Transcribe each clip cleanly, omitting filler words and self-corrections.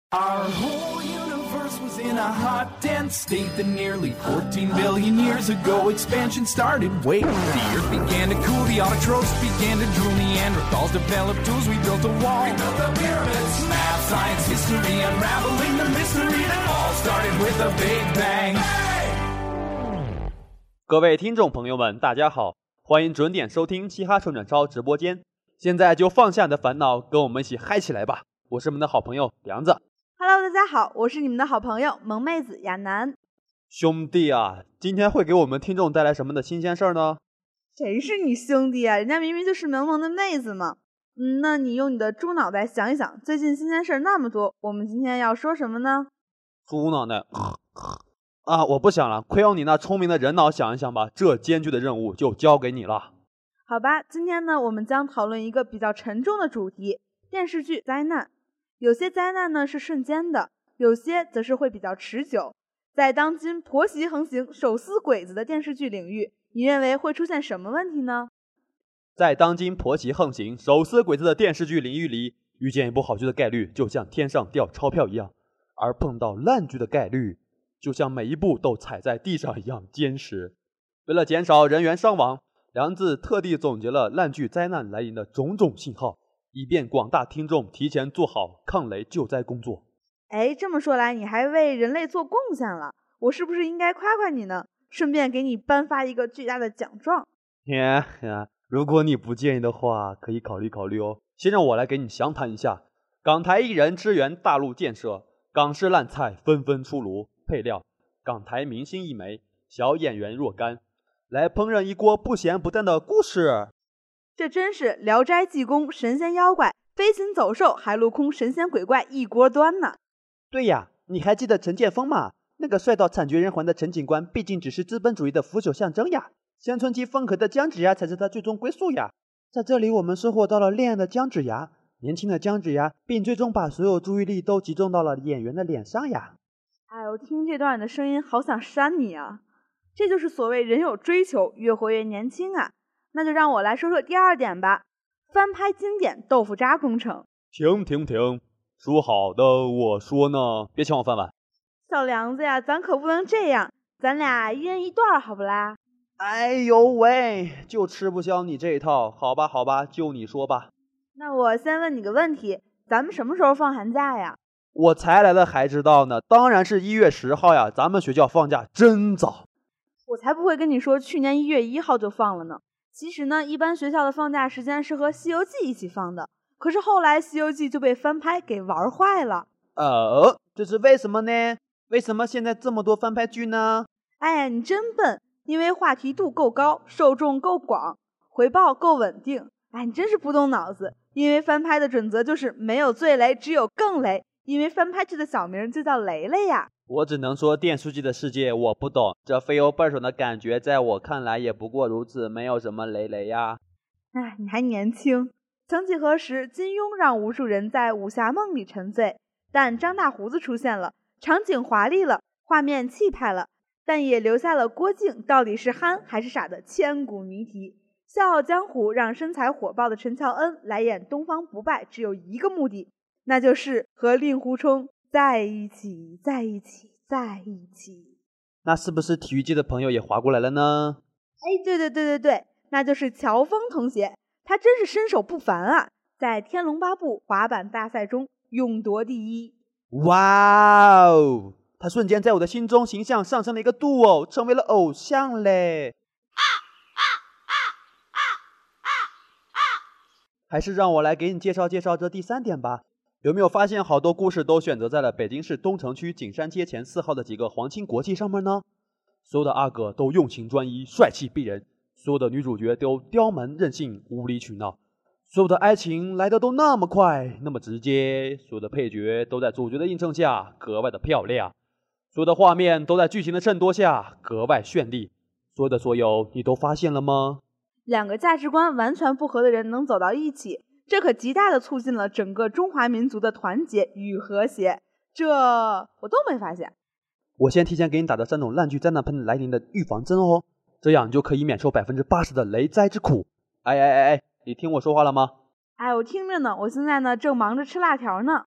Our whole universe was in a hot, dense state that nearly 14 billion years ago expansion started. Wait, the earth began to cool, the autotrophs began to drool, Neanderthals developed tools, we built a wall. We built the pyramids. Math, science, history, unraveling the mystery that all started with a big bang. 各位听众朋友们，大家好，欢迎准点收听嘻哈成长超直播间。现在就放下你的烦恼，跟我们一起嗨起来吧！我是你们的好朋友梁子。 Hello， 大家好，我是你们的好朋友萌妹子亚楠。 兄弟啊，今天会给我们听众带来什么的新鲜事儿呢？ 谁是你兄弟啊？人家明明就是萌萌的妹子嘛。那你用你的猪脑袋想一想，最近新鲜事儿那么多，我们今天要说什么呢？ 猪脑袋啊，我不想了，亏用你那聪明的人脑想一想吧，这艰巨的任务就交给你了。 好吧，今天呢，我们将讨论一个比较沉重的主题，电视剧灾难。有些灾难呢是瞬间的，有些则是会比较持久。在当今婆媳横行、手撕鬼子的电视剧领域，你认为会出现什么问题呢？ 在当今婆媳横行、手撕鬼子的电视剧领域里，遇见一部好剧的概率就像天上掉钞票一样，而碰到烂剧的概率就像每一步都踩在地上一样坚实。为了减少人员伤亡，梁子特地总结了烂剧灾难来临的种种信号，以便广大听众提前做好抗雷救灾工作。 这么说来，你还为人类做贡献了，我是不是应该夸夸你呢？顺便给你颁发一个巨大的奖状。 如果你不介意的话，可以考虑考虑哦。先让我来给你详谈一下，港台艺人支援大陆建设，港式烂菜纷纷出炉，配料港台明星一枚，小演员若干，来烹饪一锅不咸不淡的故事。 这真是聊斋济公、神仙妖怪、飞禽走兽、海陆空神仙鬼怪一锅端呢。 对呀，你还记得陈建锋吗？那个帅到惨绝人寰的陈警官毕竟只是资本主义的腐朽象征呀，乡村鸡风格的姜子牙才是他最终归宿呀。在这里我们收获到了恋爱的姜子牙，年轻的姜子牙，并最终把所有注意力都集中到了演员的脸上呀。 我听这段的声音好想扇你啊。这就是所谓人有追求，越活越年轻啊。那就让我来说说第二点吧，翻拍经典豆腐渣工程。 停，说好的我说呢，别抢我饭碗。 小梁子呀，咱可不能这样，咱俩一人一段好不啦？ 哎呦喂，就吃不消你这一套，好吧，就你说吧。 那我先问你个问题，咱们什么时候放寒假呀？ 我才来了还知道呢，当然是1月10号呀，咱们学校放假真早。 我才不会跟你说去年1月1号就放了呢。其实呢，一般学校的放假时间是和《西游记》一起放的，可是后来《西游记》就被翻拍给玩坏了。 这是为什么呢？为什么现在这么多翻拍剧呢？ 你真笨，因为话题度够高，受众够广，回报够稳定。你真是不动脑子，因为翻拍的准则就是没有最雷，只有更雷，因为翻拍剧的小名就叫雷雷呀。 我只能说电视剧的世界我不懂，这飞游倍爽的感觉在我看来也不过如此，没有什么雷雷呀。 你还年轻。曾几何时，金庸让无数人在武侠梦里沉醉，但张大胡子出现了，场景华丽了，画面气派了，但也留下了郭靖到底是憨还是傻的千古谜题。笑傲江湖让身材火爆的陈乔恩来演东方不败只有一个目的，那就是和令狐冲在一起。 那是不是体育界的朋友也划过来了呢？ 对，那就是乔峰同学，他真是身手不凡啊，在天龙八部滑板大赛中勇夺第一。 哇哦，他瞬间在我的心中形象上升了一个度哦，成为了偶像嘞。还是让我来给你介绍介绍这第3点吧。有没有发现好多故事都选择在了北京市东城区景山街前4号的几个皇亲国戚上面呢？所有的阿哥都用情专一，帅气逼人，所有的女主角都刁蛮任性，无理取闹，所有的爱情来得都那么快，那么直接，所有的配角都在主角的映衬下格外的漂亮，所有的画面都在剧情的衬托下格外绚丽。所有你都发现了吗？ 两个价值观完全不合的人能走到一起，这可极大地促进了整个中华民族的团结与和谐，这我都没发现。 我先提前给你打的3种烂剧灾难喷来临的预防针哦，这样你就可以免受80%的雷灾之苦。你听我说话了吗？ 我听着呢，我现在呢正忙着吃辣条呢。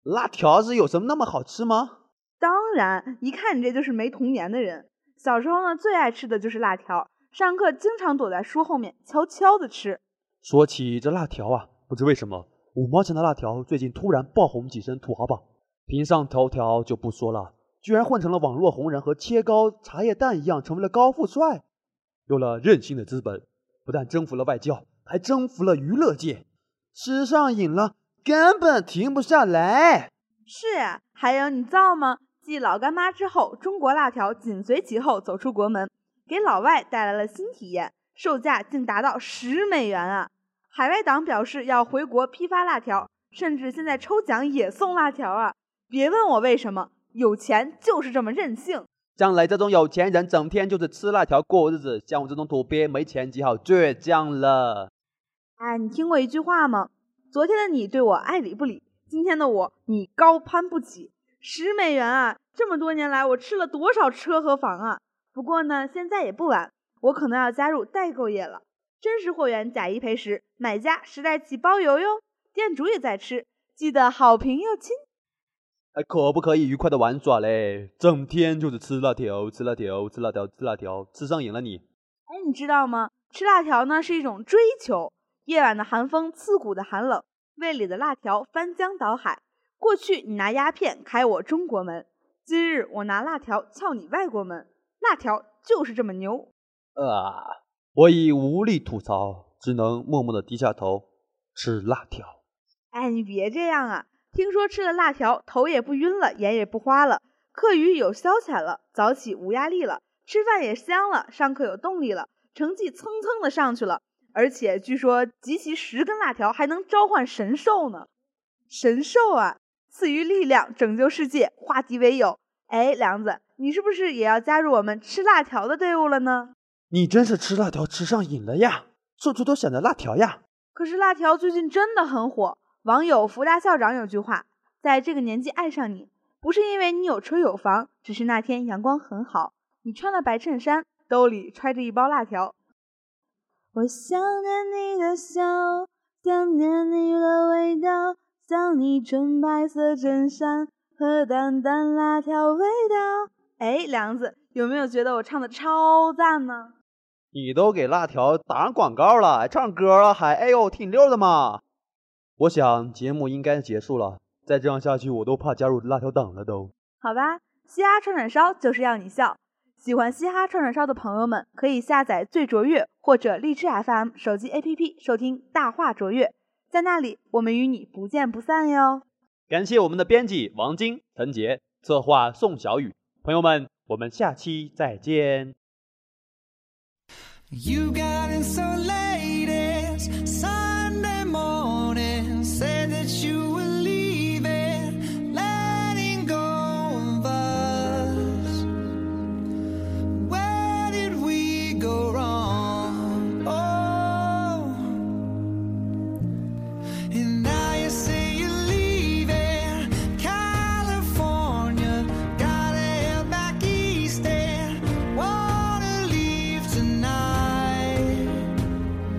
辣条子有什么那么好吃吗？ 当然，一看你这就是没童年的人。小时候呢，最爱吃的就是辣条，上课经常躲在书后面悄悄地吃。 说起这辣条啊，不知为什么5毛钱的辣条最近突然爆红几声土豪榜，评上头条就不说了，居然混成了网络红人和切糕茶叶蛋一样，成为了高富帅。有了任性的资本，不但征服了外交，还征服了娱乐界，吃上瘾了根本停不下来。 是啊，还有你造吗？继老干妈之后，中国辣条紧随其后走出国门，给老外带来了新体验，售价竟达到$10啊！海外党表示要回国批发辣条，甚至现在抽奖也送辣条啊！别问我为什么，有钱就是这么任性。 像雷这种有钱人整天就是吃辣条过日子，像我这种土鳖没钱只好倔强了。 哎，你听过一句话吗？昨天的你对我爱理不理，今天的我你高攀不起。$10啊，这么多年来我吃了多少车和房啊！不过呢，现在也不晚，我可能要加入代购业了。真实货源假一赔10，买家10袋起包邮哟。店主也在吃，记得好评又亲。 可不可以愉快的玩耍嘞？整天就是吃辣条，吃辣条，吃辣条，吃辣条，吃上瘾了你。 你知道吗？吃辣条呢是一种追求。夜晚的寒风，刺骨的寒冷，胃里的辣条翻江倒海。过去你拿鸦片开我中国门，今日我拿辣条撬你外国门。辣条就是这么牛。 我已无力吐槽，只能默默的低下头吃辣条。 哎，你别这样啊！听说吃了辣条，头也不晕了，眼也不花了，课余有消遣了，早起无压力了，吃饭也香了，上课有动力了，成绩蹭蹭的上去了。而且据说集齐10根辣条还能召唤神兽呢。神兽啊，赐予力量，拯救世界，化敌为友。哎，梁子，你是不是也要加入我们吃辣条的队伍了呢？ 你真是吃辣条吃上瘾了呀，处处都想着辣条呀。 可是辣条最近真的很火，网友福大校长有句话，在这个年纪爱上你，不是因为你有车有房，只是那天阳光很好，你穿了白衬衫，兜里揣着一包辣条。我想念你的笑，想念你的味道，想你纯白色衬衫和淡淡辣条味道。哎，梁子，有没有觉得我唱的超赞呢？ 你都给辣条打上广告了，还唱歌了，还哎呦挺溜的嘛。我想节目应该结束了，再这样下去我都怕加入辣条党了都。 好吧，嘻哈串串烧就是要你笑。喜欢嘻哈串串烧的朋友们可以下载最卓越或者荔枝 FM 手机 APP 收听大话卓越，在那里我们与你不见不散哟。 感谢我们的编辑王晶、陈杰，策划宋小雨。朋友们，我们下期再见。 You got in so late, it's Sunday morning, said that you were leaving, letting go of us. Where did we go wrong? Oh, and now you say you're leaving California, gotta head back east and wanna leave tonight.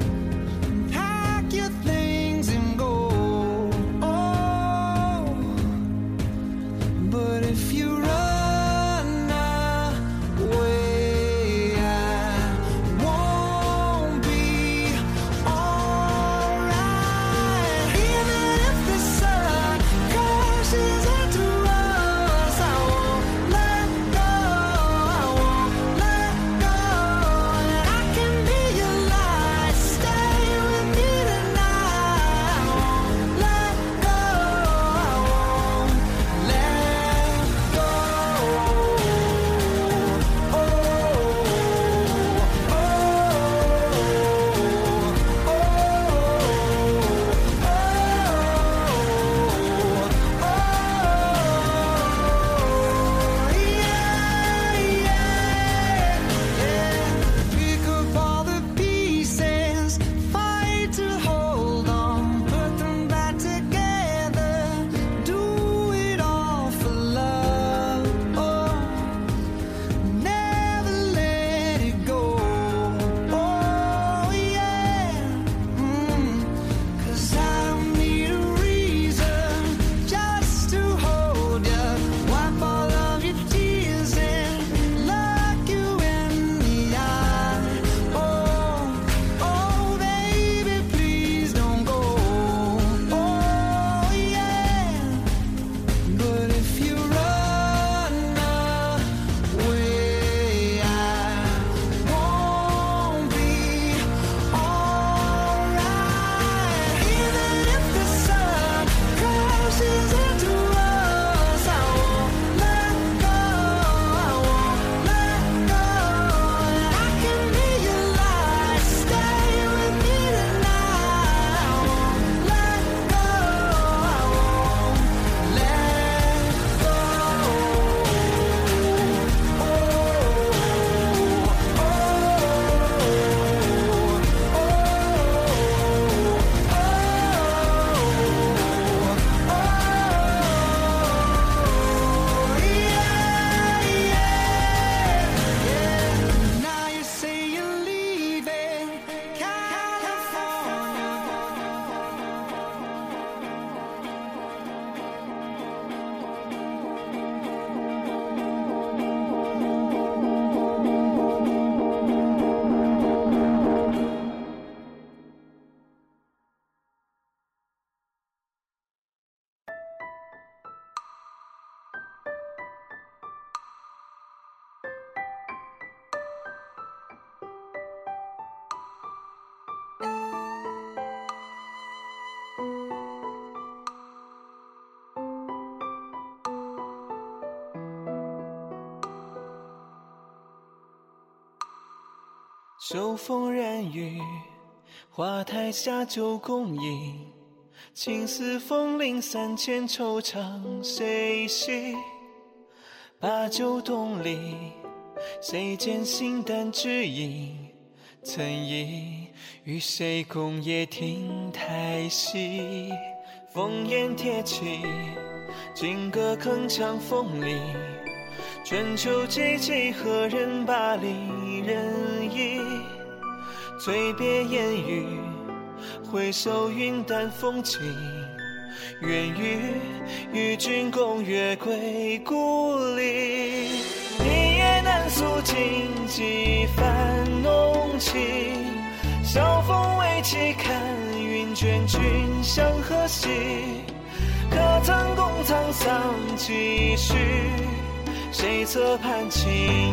手风染雨，花台下酒共饮，青丝风铃3000惆怅谁系？把酒东篱，谁见形单只影？曾忆与谁共夜听台戏？烽烟铁骑，金戈铿锵风铃。春秋寂寂，何人把离人忆？醉别烟雨，回首云淡风轻。愿与君共月归故里。一夜难诉尽几番浓情，晓风微起，看云卷，君向何夕？可曾共沧桑几许？谁侧畔轻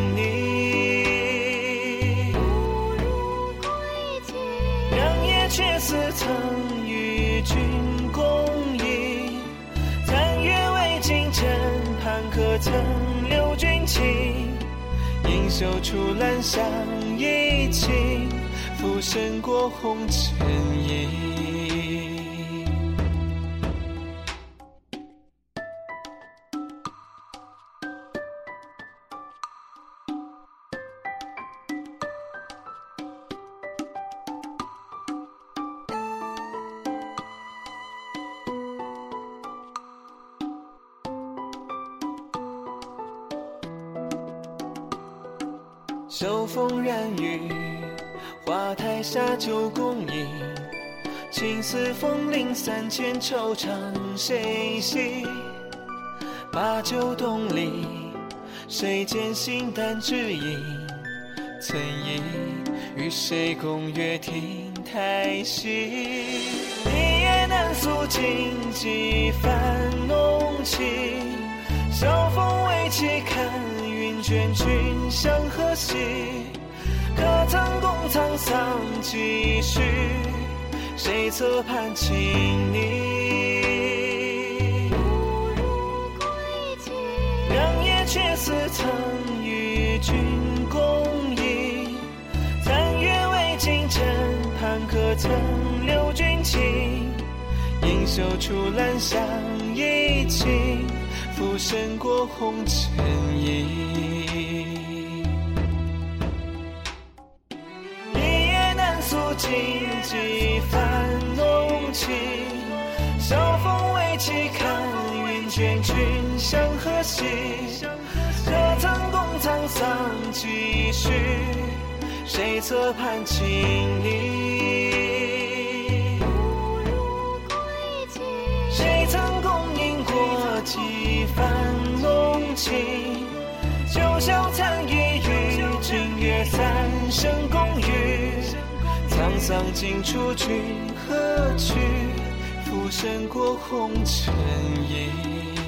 昵？两夜却似曾与君共饮，残月未尽，枕畔可曾留君情？映袖处兰香一倾，浮生过红尘影。手风染雨，花台下酒共饮，青丝风铃3000惆怅谁系？把酒东篱，谁见形单只影？曾忆与谁共月听台戏？一夜难诉尽几番浓情，晓风微起，看云卷，君向何夕？可曾共沧桑几许？谁侧畔轻昵？两夜却似曾与君共饮，残月未尽，枕畔可曾留君情？映袖处兰香一倾，浮生过红尘影。一夜难诉尽几番浓情，晓风微起，看云卷，君向何夕？可曾共沧桑几许？谁侧畔轻昵？谁曾共饮过几番浓情？九霄残翼与君月三生共语。沧桑尽处，君何去？浮生过红尘影。